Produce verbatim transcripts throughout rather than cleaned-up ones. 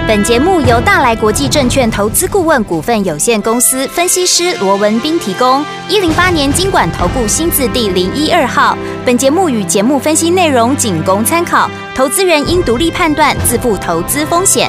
本节目由大来国际证券投资顾问股份有限公司分析师罗文彬提供。一零八年金管投顾新字第零一二号。本节目与节目分析内容仅供参考，投资人应独立判断，自负投资风险。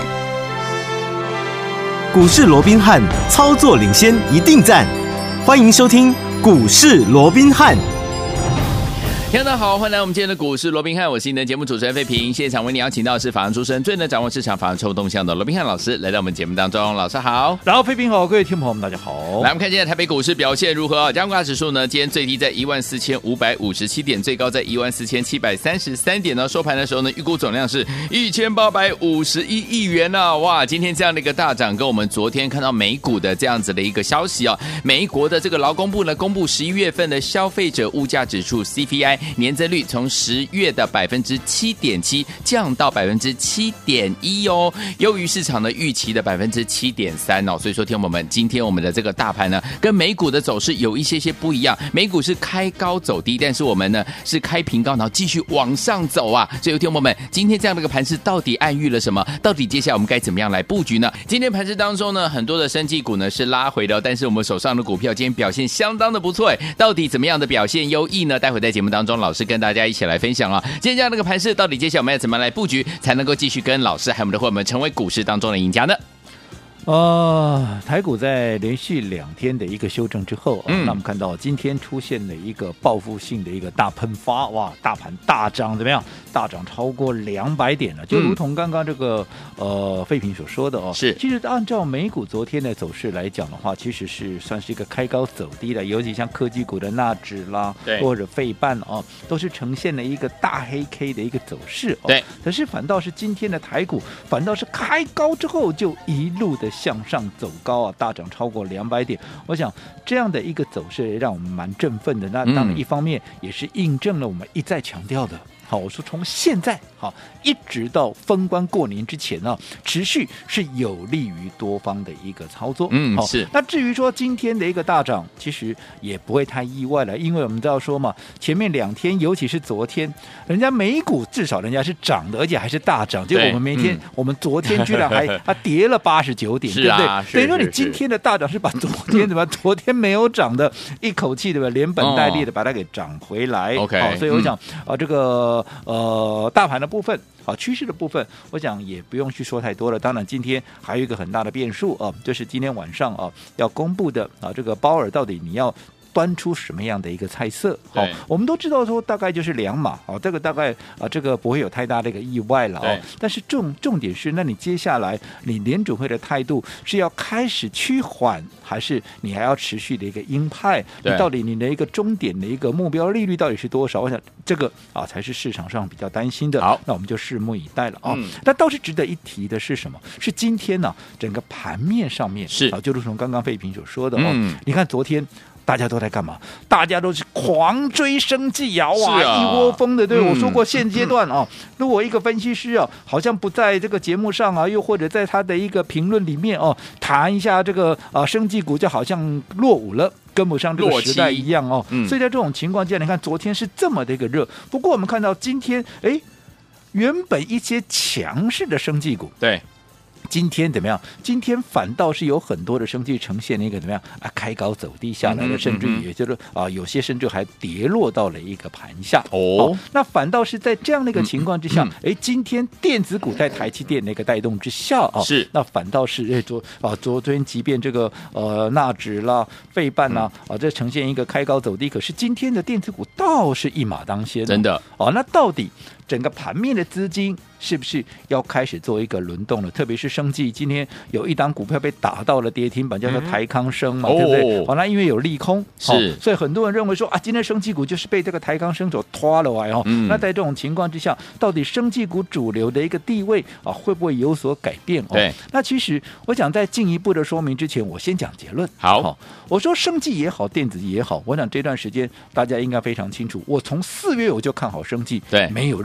股市罗宾汉，操作领先一定赞。欢迎收听股市罗宾汉。 听众好，欢迎来我们今天的股市罗宾汉，我是你的节目主持人费平。现场为你邀请到的是法案出身、最能掌握市场法案臭动向的罗宾汉老师，来到我们节目当中。老师好。 然后费平好，各位听众朋友们大家好。 来，我们看今天台北股市表现如何？加权指数呢，今天最低在一万四千五百五十七点，最高在一万四千七百三十三点呢。收盘的时候呢，预估总量是一千八百五十一亿元呢、啊。哇，今天这样的一个大涨，跟我们昨天看到美股的这样子的一个消息啊，美国的这个劳工部呢，公布十一月份的消费者物价指数 C P I 年增率从十月的百分之七点七降到百分之七点一哦，优于市场的预期的百分之七点三哦。所以说，听我们今天我们的这个大盘呢，跟美股的走势有一些些不一样。美股是开高走低，但是我们呢是开平高，然后继续往上走啊。所以，听我们今天这样的一个盘势，到底暗喻了什么？到底接下来我们该怎么样来布局呢？今天盘势当中呢，很多的生技股呢是拉回的、哦，但是我们手上的股票今天表现相当的不错哎。到底怎么样的表现优异呢？待会在节目当中，老师跟大家一起来分享啊。今天这样的一个盘势，到底接下来我们要怎么样来布局，才能够继续跟老师还有我们的伙伴们成为股市当中的赢家呢？ 呃，台股在连续两天的一个修正之后， 嗯， 那我们看到今天出现了一个报复性的一个大喷发，哇，大盘大涨怎么样？大涨超过两百点了，就如同刚刚这个、嗯、呃费平所说的哦， 是， 其实按照美股昨天的走势来讲的话，其实是算是一个开高走低的，尤其像科技股的纳指啦，或者费半哦，都是呈现了一个大黑 K 的一个走势哦。 对， 可是反倒是今天的台股，反倒是开高之后就一路的向上走高啊，大涨超过两百点。我想这样的一个走势也让我们蛮振奋的。那当然一方面也是印证了我们一再强调的。好，我说从现在好一直到封关过年之前呢、啊，持续是有利于多方的一个操作。 嗯，是。 那至于说今天的一个大涨，其实也不会太意外了，因为我们知道说嘛，前面两天，尤其是昨天，人家美股至少人家是涨的，而且还是大涨。结果我们明天，嗯、我们昨天居然还它跌了八十九点， 是啊、 对不对？等于说你今天的大涨是把昨天对吧？昨天没有涨的一口气对吧？连本带利的把它给涨回来。 OK，、 哦、所以我想、 嗯、 啊，这个。呃，大盘的部分，好，趋势的部分，我想也不用去说太多了。当然，今天还有一个很大的变数啊，就是今天晚上啊要公布的啊，这个鲍尔到底你要端出什么样的一个菜色？好，我们都知道说大概就是两码，好，这个大概啊这个不会有太大的一个意外了哦。但是重重点是，那你接下来你联准会的态度是要开始趋缓，还是你还要持续的一个鹰派？你到底你的一个终点的一个目标利率到底是多少？我想这个啊才是市场上比较担心的。 好， 那我们就拭目以待了啊。 嗯、 那倒是值得一提的是什么？是今天呢、啊、整个盘面上面是啊，就如同刚刚费平所说的哦， 嗯、 你看昨天。大家都在干嘛？大家都是狂追生技啊，哇， 啊、 一窝蜂的。对、嗯、我说过，现阶段啊，如果一个分析师啊，好像不在这个节目上啊，又或者在他的一个评论里面哦、啊，谈一下这个啊生技股，就好像落伍了。跟不上这个时代一样哦， 嗯、 所以在这种情况下，你看昨天是这么的一个热，不过我们看到今天，哎，原本一些强势的生技股， 对。 今天怎么样？今天反倒是有很多的生技呈现了一个怎么样啊？开高走低下来的，嗯、甚至也就是啊，有些甚至还跌落到了一个盘下。 哦， 哦那反倒是在这样的一个情况之下，哎、 嗯， 今天电子股在台积电的一个带动之下啊， 是那反倒是哎昨啊昨天即便这个呃纳指啦、费半啦、嗯、啊，这呈现一个开高走低，可是今天的电子股倒是一马当先、哦， 真的哦。那到底整个盘面的资金是不是要开始做一个轮动了？特别是生技，今天有一档股票被打到了跌停板，叫做台康生嘛，嗯、对不对？好、哦，那因为有利空， 是、 哦，所以很多人认为说啊，今天生技股就是被这个台康生所拖了来哦。嗯、那在这种情况之下，到底生技股主流的一个地位啊，会不会有所改变？哦， 对。 那其实我想在进一步的说明之前，我先讲结论。 好， 哦、我说生技也好，电子也好，我想这段时间大家应该非常清楚，我从四月我就看好生技， 对， 没有任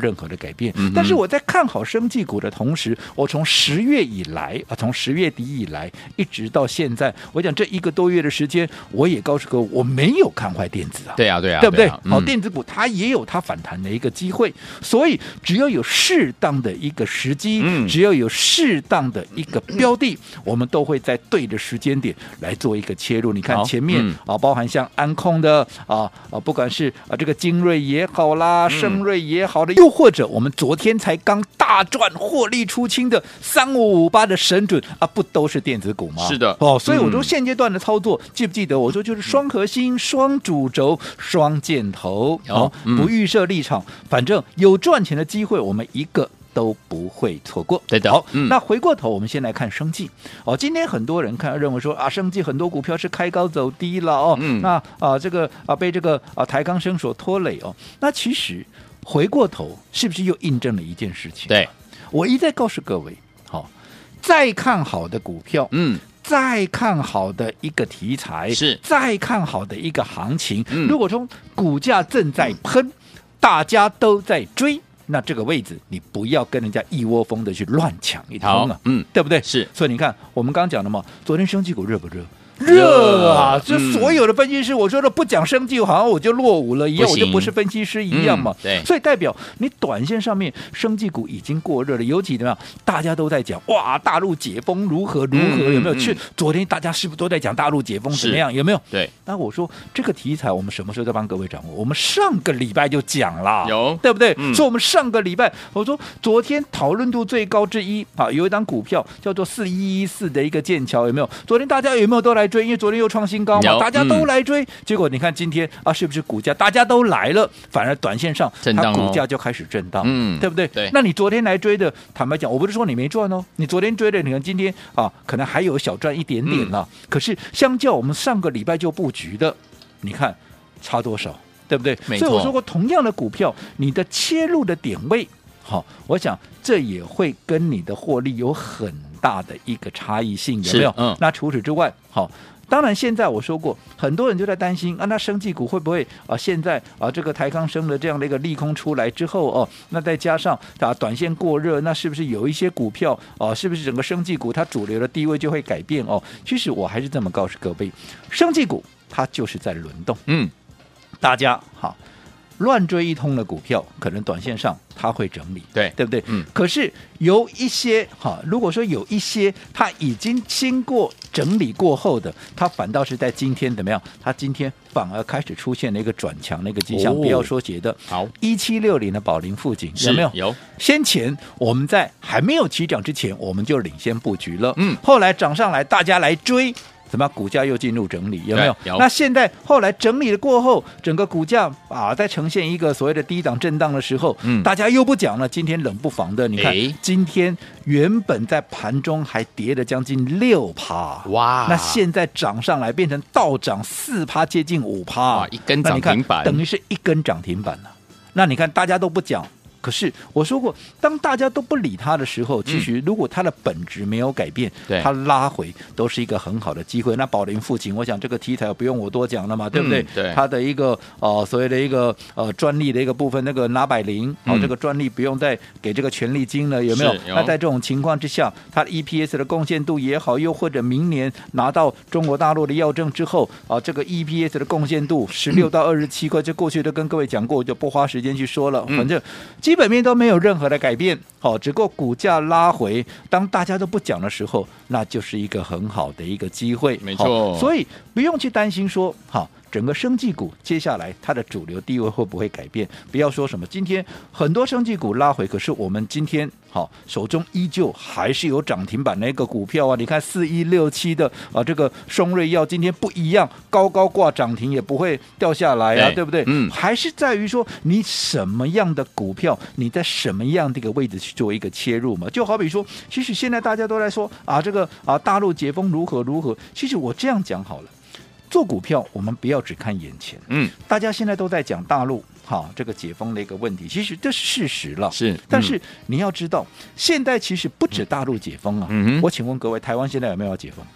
任何的改变。 嗯、 但是我在看好生技股的同时，我从十月以来啊，从十月底以来一直到现在，我讲这一个多月的时间，我也告诉各位，我没有看坏电子啊。 对啊，对啊， 对不对？ 好、啊嗯，电子股它也有它反弹的一个机会，所以只要有适当的一个时机， 嗯， 只要有适当的一个标的，我们都会在对的时间点来做一个切入。你看前面、嗯、啊，包含像安控的啊啊，不管是啊这个精锐也好啦，盛锐也好的，又或者我们昨天才刚大赚获利出清的三五五八的神准啊，不都是电子股吗？ 是的， 哦，所以我说现阶段的操作，嗯、记不记得我说就是双核心、双主轴、双箭头，哦，嗯、不预设立场，反正有赚钱的机会，我们一个都不会错过。 对的。 好， 嗯、 那回过头，我们先来看生技。哦，今天很多人看认为说啊，生技很多股票是开高走低了哦， 嗯、 那啊这个啊被这个啊台钢生所拖累哦。那其实回过头，是不是又印证了一件事情？ 对， 我一再告诉各位，好、哦，再看好的股票， 嗯。 再看好的一个题材， 是再看好的一个行情。 嗯、 如果说股价正在喷，嗯、大家都在追，那这个位置你不要跟人家一窝蜂的去乱抢一通啊， 嗯， 对不对？ 是。所以你看，我们刚刚讲的嘛，昨天生技股热不热？热啊！这所有的分析师，我说的不讲生技，好像我就落伍了一样，我就不是分析师一样嘛。 嗯、对， 所以代表你短线上面生技股已经过热了，尤其怎么样？大家都在讲哇，大陆解封如何如何，嗯、有没有？去、嗯、昨天大家是不是都在讲大陆解封怎么样？有没有？ 对。 那我说这个题材，我们什么时候在帮各位掌握？我们上个礼拜就讲了， 有对不对？ 嗯、 所以我们上个礼拜我说，昨天讨论度最高之一啊，有一档股票叫做四一一四的一个剑桥，有没有？昨天大家有没有都来追？因为昨天又创新高嘛，大家都来追，嗯、结果你看今天啊，是不是股价大家都来了，反而短线上它股价就开始震荡， 嗯， 对不对？ 对。 那你昨天来追的，坦白讲，我不是说你没赚哦，你昨天追的，你看今天啊，可能还有小赚一点点了，嗯、可是相较我们上个礼拜就布局的，你看差多少，对不对？所以我说过，同样的股票，你的切入的点位，好，我想这也会跟你的获利有很大的一个差异性，有没有？嗯。那除此之外，好。当然，现在我说过，很多人就在担心啊，那生技股会不会啊？现在啊，这个台康生的这样的一个利空出来之后哦，那再加上啊短线过热，那是不是有一些股票啊？是不是整个生技股它主流的地位就会改变哦？其实我还是这么告诉各位，生技股它就是在轮动，嗯，大家好。乱追一通的股票，可能短线上它会整理， 对对不对？ 嗯。 可是有一些哈，如果说有一些它已经经过整理过后的，它反倒是在今天怎么样？它今天反而开始出现了一个转强的一个迹象。哦、不要说别的， 好， 一七六零的宝林富锦有没有？ 有。 先前我们在还没有起涨之前，我们就领先布局了， 嗯。 后来涨上来，大家来追。怎么股价又进入整理，有没有？ 有。 那现在后来整理了过后，整个股价啊，在呈现一个所谓的低档震荡的时候，嗯，大家又不讲了。今天冷不防的，你看，今天原本在盘中还跌了将近六趴，哇！那现在涨上来变成倒涨四趴，接近五趴， 一根涨停板， 等于是一根涨停板了。那你看，大家都不讲。可是我说过，当大家都不理它的时候，其实如果它的本质没有改变， 嗯、 它拉回都是一个很好的机会。那宝林富锦，我想这个题材不用我多讲了嘛，对不对？ 嗯、对， 它的一个呃所谓的一个呃专利的一个部分，那个拿百灵，哦、嗯，这个专利不用再给这个权利金了，有没有？ 有。 那在这种情况之下，它的 E P S 的贡献度也好，又或者明年拿到中国大陆的药证之后啊，这个 E P S 的贡献度十六到二十七块，这过去都跟各位讲过，我就不花时间去说了， 嗯、 反正。基本面都没有任何的改变，好，只不过股价拉回，当大家都不讲的时候，那就是一个很好的一个机会， 没错。 所以不用去担心说，好，整个生技股接下来它的主流地位会不会改变？不要说什么今天很多生技股拉回，可是我们今天好手中依旧还是有涨停板的一个股票啊！你看四一六七的啊，这个松瑞药今天不一样，高高挂涨停也不会掉下来啊， 对, 对不对？ 嗯， 还是在于说你什么样的股票，你在什么样的一个位置去做一个切入嘛？就好比说，其实现在大家都在说啊，这个啊大陆解封如何如何，其实我这样讲好了。做股票，我们不要只看眼前。嗯，大家现在都在讲大陆哈这个解封的一个问题，其实这是事实了。 是，嗯、 但是你要知道，现在其实不止大陆解封啊。嗯、我请问各位，台湾现在有没有要解封？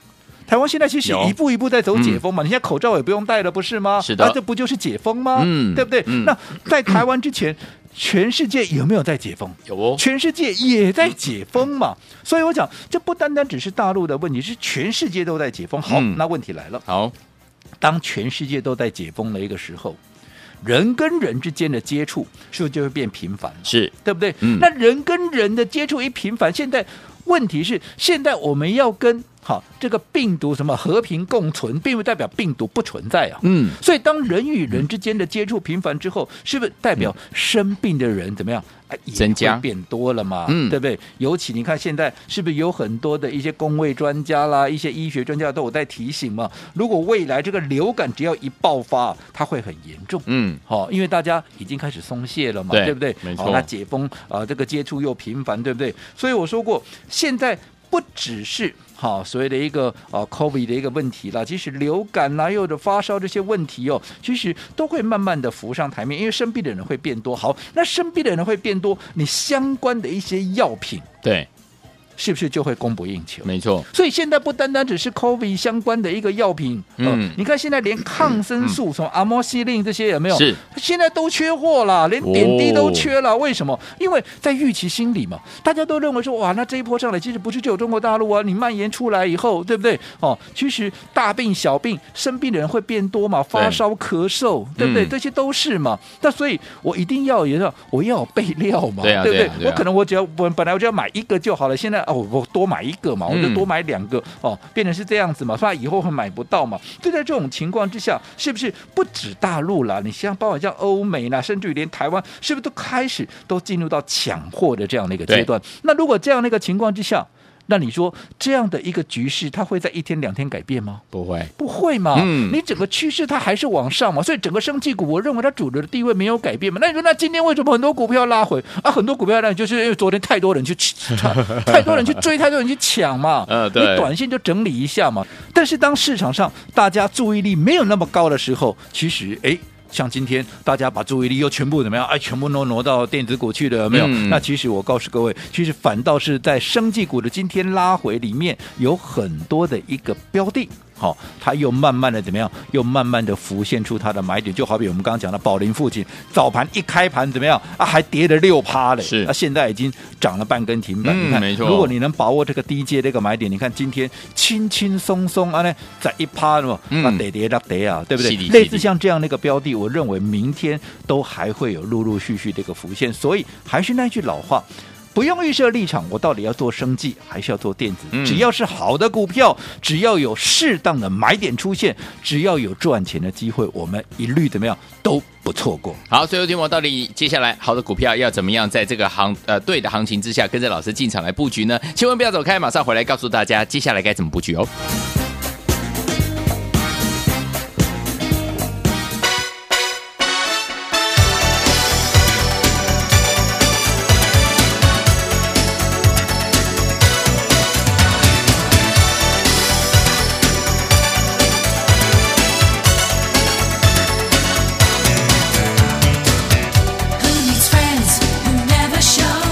台湾现在其实有一步一步在走解封嘛，嗯、你现在口罩也不用戴了，不是吗？ 是的， 啊，这不就是解封吗？ 嗯， 对不对？ 嗯、 那在台湾之前。全世界有没有在解封？ 有哦， 全世界也在解封嘛。所以我讲，这不单单只是大陆的问题，是全世界都在解封。好，嗯、那问题来了。 好， 当全世界都在解封的一个时候，人跟人之间的接触是不是就会变频繁？ 是， 对不对？ 嗯、 那人跟人的接触一频繁，现在问题是，现在我们要跟。好，这个病毒什么和平共存，并不代表病毒不存在啊。 嗯， 所以当人与人之间的接触频繁之后，是不是代表生病的人怎么样？哎， 增加变多了嘛？ 嗯， 对不对？尤其你看现在是不是有很多的一些公卫专家啦，一些医学专家都有在提醒嘛？如果未来这个流感只要一爆发，它会很严重。 嗯， 好、哦，因为大家已经开始松懈了嘛， 对, 对不对？ 没错， 哦、那解封啊、呃，这个接触又频繁，对不对？所以我说过，现在不只是。好，所谓的一个啊 COVID 的一个问题啦，其实流感啦、啊，又有发烧这些问题哦，其实都会慢慢的浮上台面，因为生病的人会变多。好，那生病的人会变多，你相关的一些药品， 对。 是不是就会供不应求？ 没错， 所以现在不单单只是 COVID 相关的一个药品，嗯、呃，你看现在连抗生素，从阿莫西林这些有没有？ 是， 现在都缺货了，连点滴都缺了。哦、为什么？因为在预期心理嘛，大家都认为说，哇，那这一波上来，其实不是只有中国大陆啊，你蔓延出来以后，对不对？哦，其实大病小病生病的人会变多嘛，发烧、咳嗽，对不对？嗯、这些都是嘛。那所以我一定要也要，我要有备料嘛， 对啊， 对不对？ 对啊对啊、 我可能我只要我本来我只要买一个就好了，现在。哦，我多买一个嘛，我就多买两个、嗯、哦，变成是这样子嘛，所以以后会买不到嘛。就在这种情况之下，是不是不止大陆啦？你像包括像欧美啦，甚至于连台湾，是不是都开始都进入到抢货的这样的一个阶段？那如果这样的一个情况之下，那你说这样的一个局势，它会在一天两天改变吗？ 不会， 不会嘛。 嗯， 你整个趋势它还是往上嘛，所以整个生技股，我认为它主流的地位没有改变嘛。那你说，那今天为什么很多股票拉回啊？很多股票拉回，就是因为昨天太多人去太多人去追，太多人去抢嘛。 呃，对， 你短线就整理一下嘛。但是当市场上大家注意力没有那么高的时候，其实哎。像今天大家把注意力又全部怎么样？哎，全部都挪到电子股去了，有没有？嗯、那其实我告诉各位，其实反倒是在生技股的今天拉回里面，有很多的一个标的。好、哦，它又慢慢的怎么样？又慢慢的浮现出它的买点，就好比我们刚刚讲的宝林附近，早盘一开盘怎么样啊？还跌了六趴嘞，是，那、啊、现在已经涨了半根停板。 嗯、 你看， 没错。 如果你能把握这个低阶这个买点，你看今天轻轻松松啊，那在一趴了嘛，啊跌跌啦跌啊，对不对？类似像这样的一个标的，我认为明天都还会有陆陆续续的一个浮现，所以还是那句老话。不用预设立场，我到底要做生技还是要做电子？嗯、只要是好的股票，只要有适当的买点出现，只要有赚钱的机会，我们一律怎么样都不错过。 好，最后听我到底接下来好的股票要怎么样在这个行呃对的行情之下，跟着老师进场来布局呢？千万不要走开，马上回来告诉大家接下来该怎么布局哦。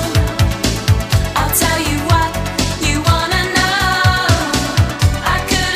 I'll tell you what you wanna know. I could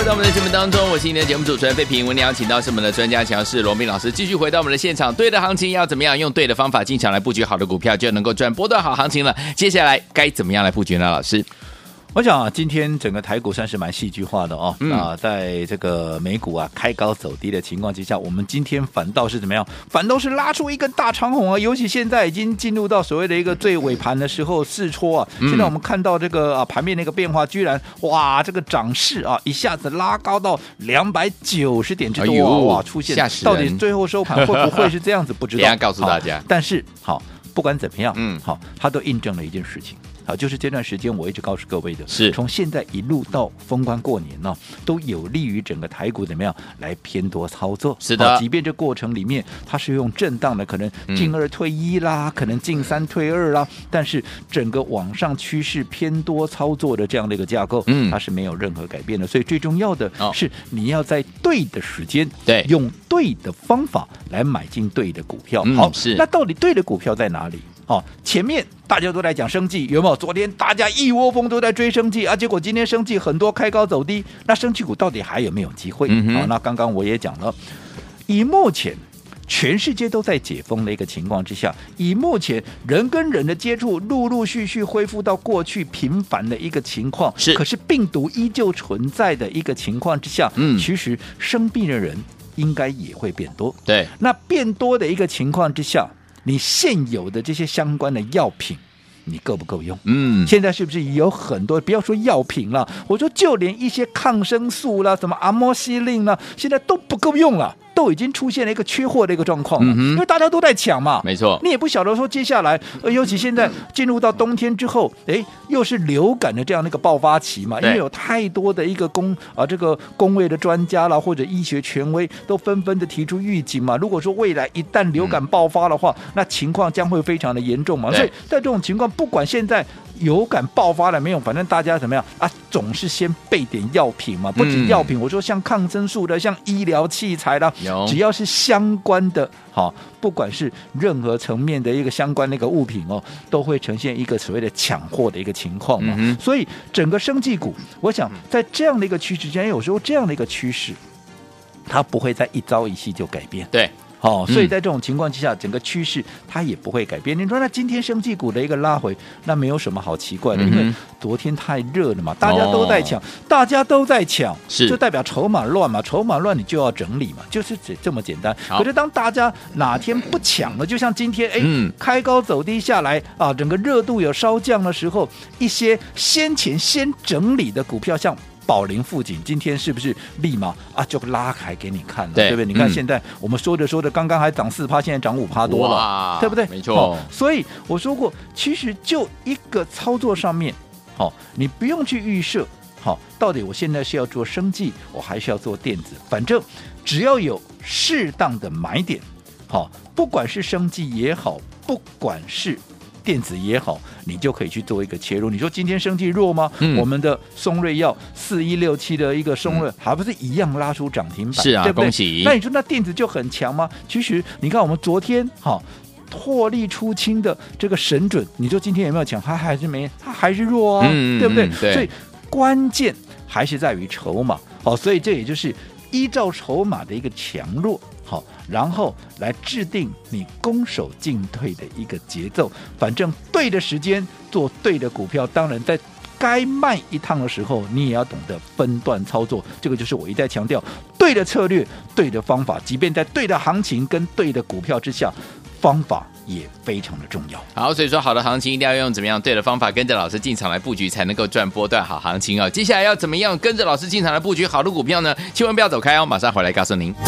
到我们的节目当中，我是今天的节目主持人费平。我们邀请到是我们的专家强势罗宾老师，继续回到我们的现场。对的行情要怎么样用对的方法进场来布局好的股票，就能够赚波段好行情了。接下来该怎么样来布局呢？老师？ 我想啊，今天整个台股算是蛮戏剧化的哦。 嗯、 啊，在这个美股啊开高走低的情况之下，我们今天反倒是怎么样？反倒是拉出一根大长红啊！尤其现在已经进入到所谓的一个最尾盘的时候，试戳啊。现在我们看到这个啊盘面那个变化，居然哇，这个涨势啊一下子拉高到两百九十点之多、啊哎、哇，出现到底最后收盘会不会是这样子？不知道。 等一下告诉大家。 但是好，不管怎么样， 嗯， 好，它都印证了一件事情。好，就是这段时间我一直告诉各位的， 是从现在一路到封关过年呢、哦，都有利于整个台股怎么样来偏多操作。 是的， 即便这过程里面它是用震荡的，可能进二退一啦，嗯、可能进三退二啦，但是整个往上趋势偏多操作的这样的一个架构， 嗯， 它是没有任何改变的。所以最重要的是你要在对的时间， 对、哦， 用对的方法来买进对的股票。 嗯、 好， 是那到底对的股票在哪里？哦，前面大家都在讲生技，有没有？昨天大家一窝蜂都在追生技啊，结果今天生技很多开高走低，那生技股到底还有没有机会？ 嗯、 好，那刚刚我也讲了，以目前全世界都在解封的一个情况之下，以目前人跟人的接触陆陆续续恢复到过去频繁的一个情况， 是， 可是病毒依旧存在的一个情况之下， 嗯， 其实生病的人应该也会变多。 对， 那变多的一个情况之下，你现有的这些相关的药品，你够不够用？ 嗯， 现在是不是有很多？不要说药品了，我说就连一些抗生素啦、什么阿莫西林啦，现在都不够用了。都已经出现了一个缺货的一个状况了、嗯，因为大家都在抢嘛， 没错。 你也不晓得说接下来，呃，尤其现在进入到冬天之后，哎，又是流感的这样的一个爆发期嘛，因为有太多的一个公啊这个公卫的专家啦或者医学权威都纷纷的提出预警嘛。如果说未来一旦流感爆发的话，嗯、那情况将会非常的严重嘛。所以在这种情况，不管现在流感爆发了没有，反正大家怎么样啊，总是先备点药品嘛。不仅药品，嗯、我说像抗生素的，像医疗器材啦。只要是相关的，好，不管是任何层面的一个相关的一个物品哦，都会呈现一个所谓的抢货的一个情况嘛。嗯、所以整个生技股，我想在这样的一个趋势之下，有时候这样的一个趋势，它不会在一朝一夕就改变。 对。 好、哦，所以在这种情况之下，嗯、整个趋势它也不会改变。你说那今天生技股的一个拉回，那没有什么好奇怪的，嗯、因为昨天太热了嘛，大家都在抢，哦、大家都在抢， 是就代表筹码乱嘛，筹码乱你就要整理嘛，就是这么简单。可是当大家哪天不抢了，就像今天哎、嗯、开高走低下来啊，整个热度有稍降的时候，一些先前先整理的股票像宝林富锦今天是不是立马啊就拉开给你看了， 对, 对不对？你看现在我们说着说着，刚刚还涨四趴，现在涨五趴多了，对不对？ 没错、 哦。所以我说过，其实就一个操作上面，好、哦，你不用去预设，好、哦，到底我现在是要做生技，我还是要做电子，反正只要有适当的买点，好、哦，不管是生技也好，不管是电子也好，你就可以去做一个切入。你说今天生技弱吗？嗯、我们的松瑞药四一六七的一个松瑞、嗯、还不是一样拉出涨停板？ 是啊， 对不对？ 恭喜。 那你说那电子就很强吗？其实你看我们昨天好获利出清的这个神准，你说今天有没有强？它还是没，它还是弱啊， 嗯、 对不对？ 对。 所以关键还是在于筹码。好，所以这也就是依照筹码的一个强弱。好，然后来制定你攻守进退的一个节奏，反正对的时间做对的股票，当然在该卖一趟的时候，你也要懂得分段操作。这个就是我一再强调，对的策略、对的方法，即便在对的行情跟对的股票之下，方法也非常的重要。 好，所以说好的行情一定要用怎么样对的方法，跟着老师进场来布局，才能够赚波段好行情哦。接下来要怎么样跟着老师进场来布局好的股票呢？千万不要走开哦，马上回来告诉您。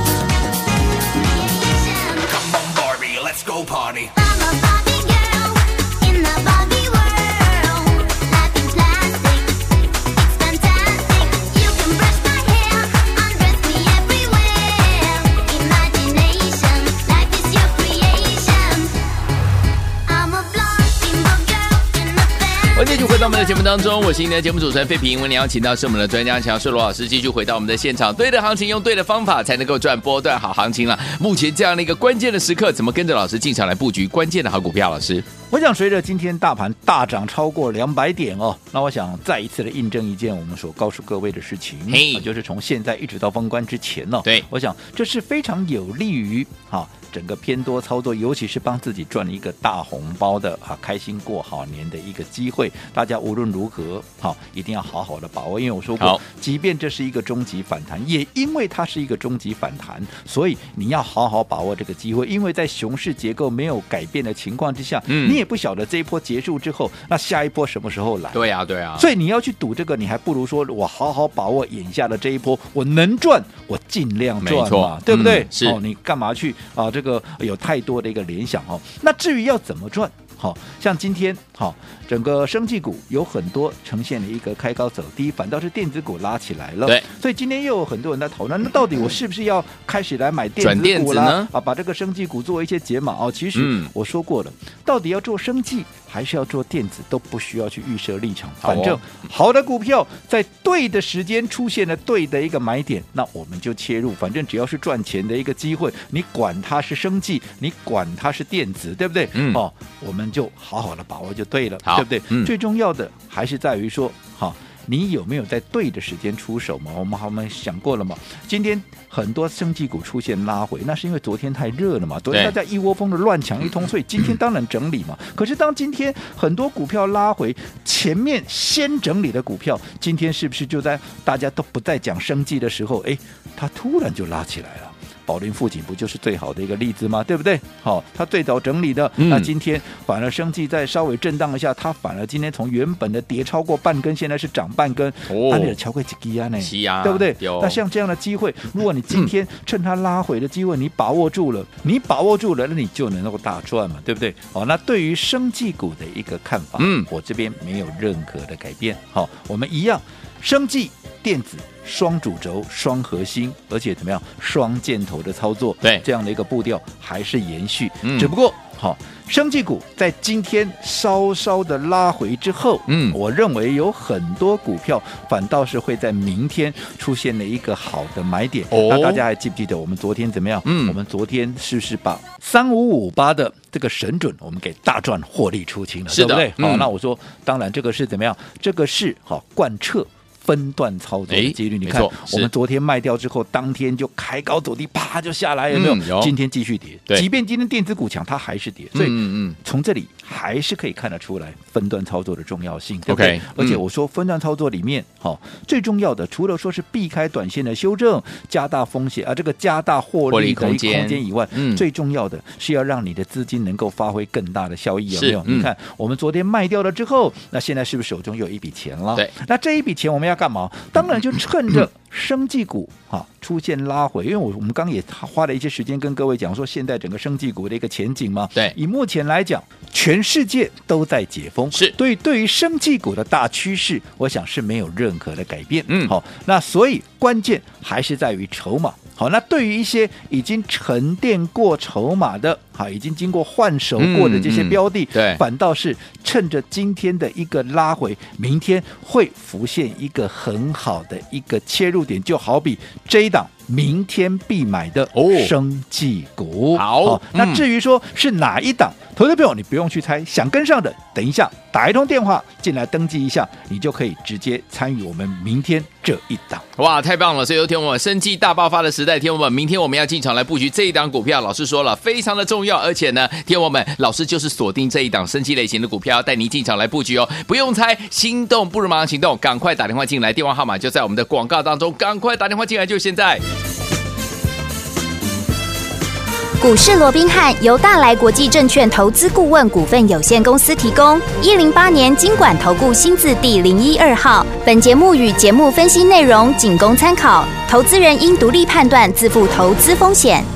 Let's go party. I'm a Barbie girl in the Barbie world. Life is plastic, it's fantastic. You can brush my hair, undress me everywhere. Imagination, life is your creation. I'm a blonde bimbo girl in the band. 欢迎继续回到我们的节目当中，我是今天的节目主持人费平。我们邀请到是我们的专家强势罗老师，继续回到我们的现场。对的行情，用对的方法，才能够赚波段好行情了。目前这样的一个关键的时刻，怎么跟着老师进场来布局关键的好股票？老师， 我想随着今天大盘大涨超过两百点哦，那我想再一次的印证一件我们所告诉各位的事情， 嘿啊就是从现在一直到封关之前呢、哦， 对我想这是非常有利于啊整个偏多操作，尤其是帮自己赚了一个大红包的啊开心过好年的一个机会。大家无论如何好、啊、一定要好好的把握，因为我说过，即便这是一个终极反弹，也因为它是一个终极反弹，所以你要好好把握这个机会，因为在熊市结构没有改变的情况之下， 嗯， 你也不晓得这一波结束之后，那下一波什么时候来？ 对啊，对啊， 所以你要去赌这个，你还不如说我好好把握眼下的这一波，我能赚我尽量赚嘛，对不对？ 嗯、是、 哦，你干嘛去啊？这个有太多的一个联想哦。那至于要怎么赚？好、哦，像今天好、哦，整个生技股有很多呈现了一个开高走低，反倒是电子股拉起来了。 对， 所以今天又有很多人在讨论，那到底我是不是要开始来买电子股啦？ 呢啊，把这个生技股做一些解码哦。其实我说过了，嗯、到底要做生技还是要做电子，都不需要去预设立场。反正好的股票在对的时间出现了对的一个买点，那我们就切入。反正只要是赚钱的一个机会，你管它是生技，你管它是电子，对不对？ 嗯， 哦，我们就好好的把握就对了， 对不对？ 嗯、 最重要的还是在于说，好、哦。你有没有在对的时间出手嘛？我们好像想过了嘛。今天很多生技股出现拉回，那是因为昨天太热了嘛。昨天大家一窝蜂的乱抢一通，所以今天当然整理嘛。可是当今天很多股票拉回，前面先整理的股票，今天是不是就在大家都不再讲生技的时候，哎，它突然就拉起来了？宝林富锦不就是最好的一个例子吗？对不对？好、哦，它最早整理的，嗯、那今天反而生技再稍微震荡一下，它反而今天从原本的跌超过半根，现在是涨半根，哦，你的超过几基啊呢？对不对？那像这样的机会，如果你今天趁它拉回的机会，你把握住了，你把握住了，那你就能够大赚嘛，对不对？哦，那对于生技股的一个看法，嗯，我这边没有任何的改变。好、哦，我们一样，生技、电子。双主轴、双核心，而且怎么样？双箭头的操作， 对这样的一个步调还是延续。 嗯、 只不过好、哦，生技股在今天稍稍的拉回之后，嗯，我认为有很多股票反倒是会在明天出现了一个好的买点。哦、那大家还记不记得我们昨天怎么样？嗯，我们昨天是不是把三五五八的这个神准，我们给大赚获利出清了， 是的， 对不对？好、 嗯， 那我说，当然这个是怎么样？这个是好、哦、贯彻。分段操作的几率，你看我们昨天卖掉之后，当天就开高走低，啪就下来，有没有？ 嗯、有今天继续跌，即便今天电子股强，它还是跌。所以， 嗯嗯， 从这里还是可以看得出来分段操作的重要性，对不对？ Okay, 而且我说分段操作里面，好、哦，最重要的除了说是避开短线的修正，加大风险啊，这个加大获利的空间以外，嗯，最重要的是要让你的资金能够发挥更大的效益，有没有？嗯、你看我们昨天卖掉了之后，那现在是不是手中有一笔钱了？ 对， 那这一笔钱我们要干嘛？当然就趁着生技股啊出现拉回，因为我我们刚也花了一些时间跟各位讲说，现在整个生技股的一个前景嘛。 对， 以目前来讲，全世界都在解封， 是对对于生技股的大趋势，我想是没有任何的改变。 嗯， 好，那所以关键还是在于筹码。好，那对于一些已经沉淀过筹码的，好，已经经过换手过的这些标的， 嗯嗯、对， 反倒是趁着今天的一个拉回，明天会浮现一个很好的一个切入点，就好比这一档明天必买的生技股。 哦、好， 好，那至于说是哪一档，嗯、投资朋友你不用去猜，想跟上的，等一下打一通电话进来登记一下，你就可以直接参与我们明天这一档。 哇，太棒了！所以有天我们生技大爆发的时代，天我们明天我们要进场来布局这一档股票，老师说了非常的重要，而且呢，天我们老师就是锁定这一档生技类型的股票，带您进场来布局哦，不用猜，心动不如马上行动，赶快打电话进来，电话号码就在我们的广告当中，赶快打电话进来，就现在。 股市罗宾汉由大来国际证券投资顾问股份有限公司提供，一零八年金管投顾新字第零一二号。本节目与节目分析内容仅供参考，投资人应独立判断，自负投资风险。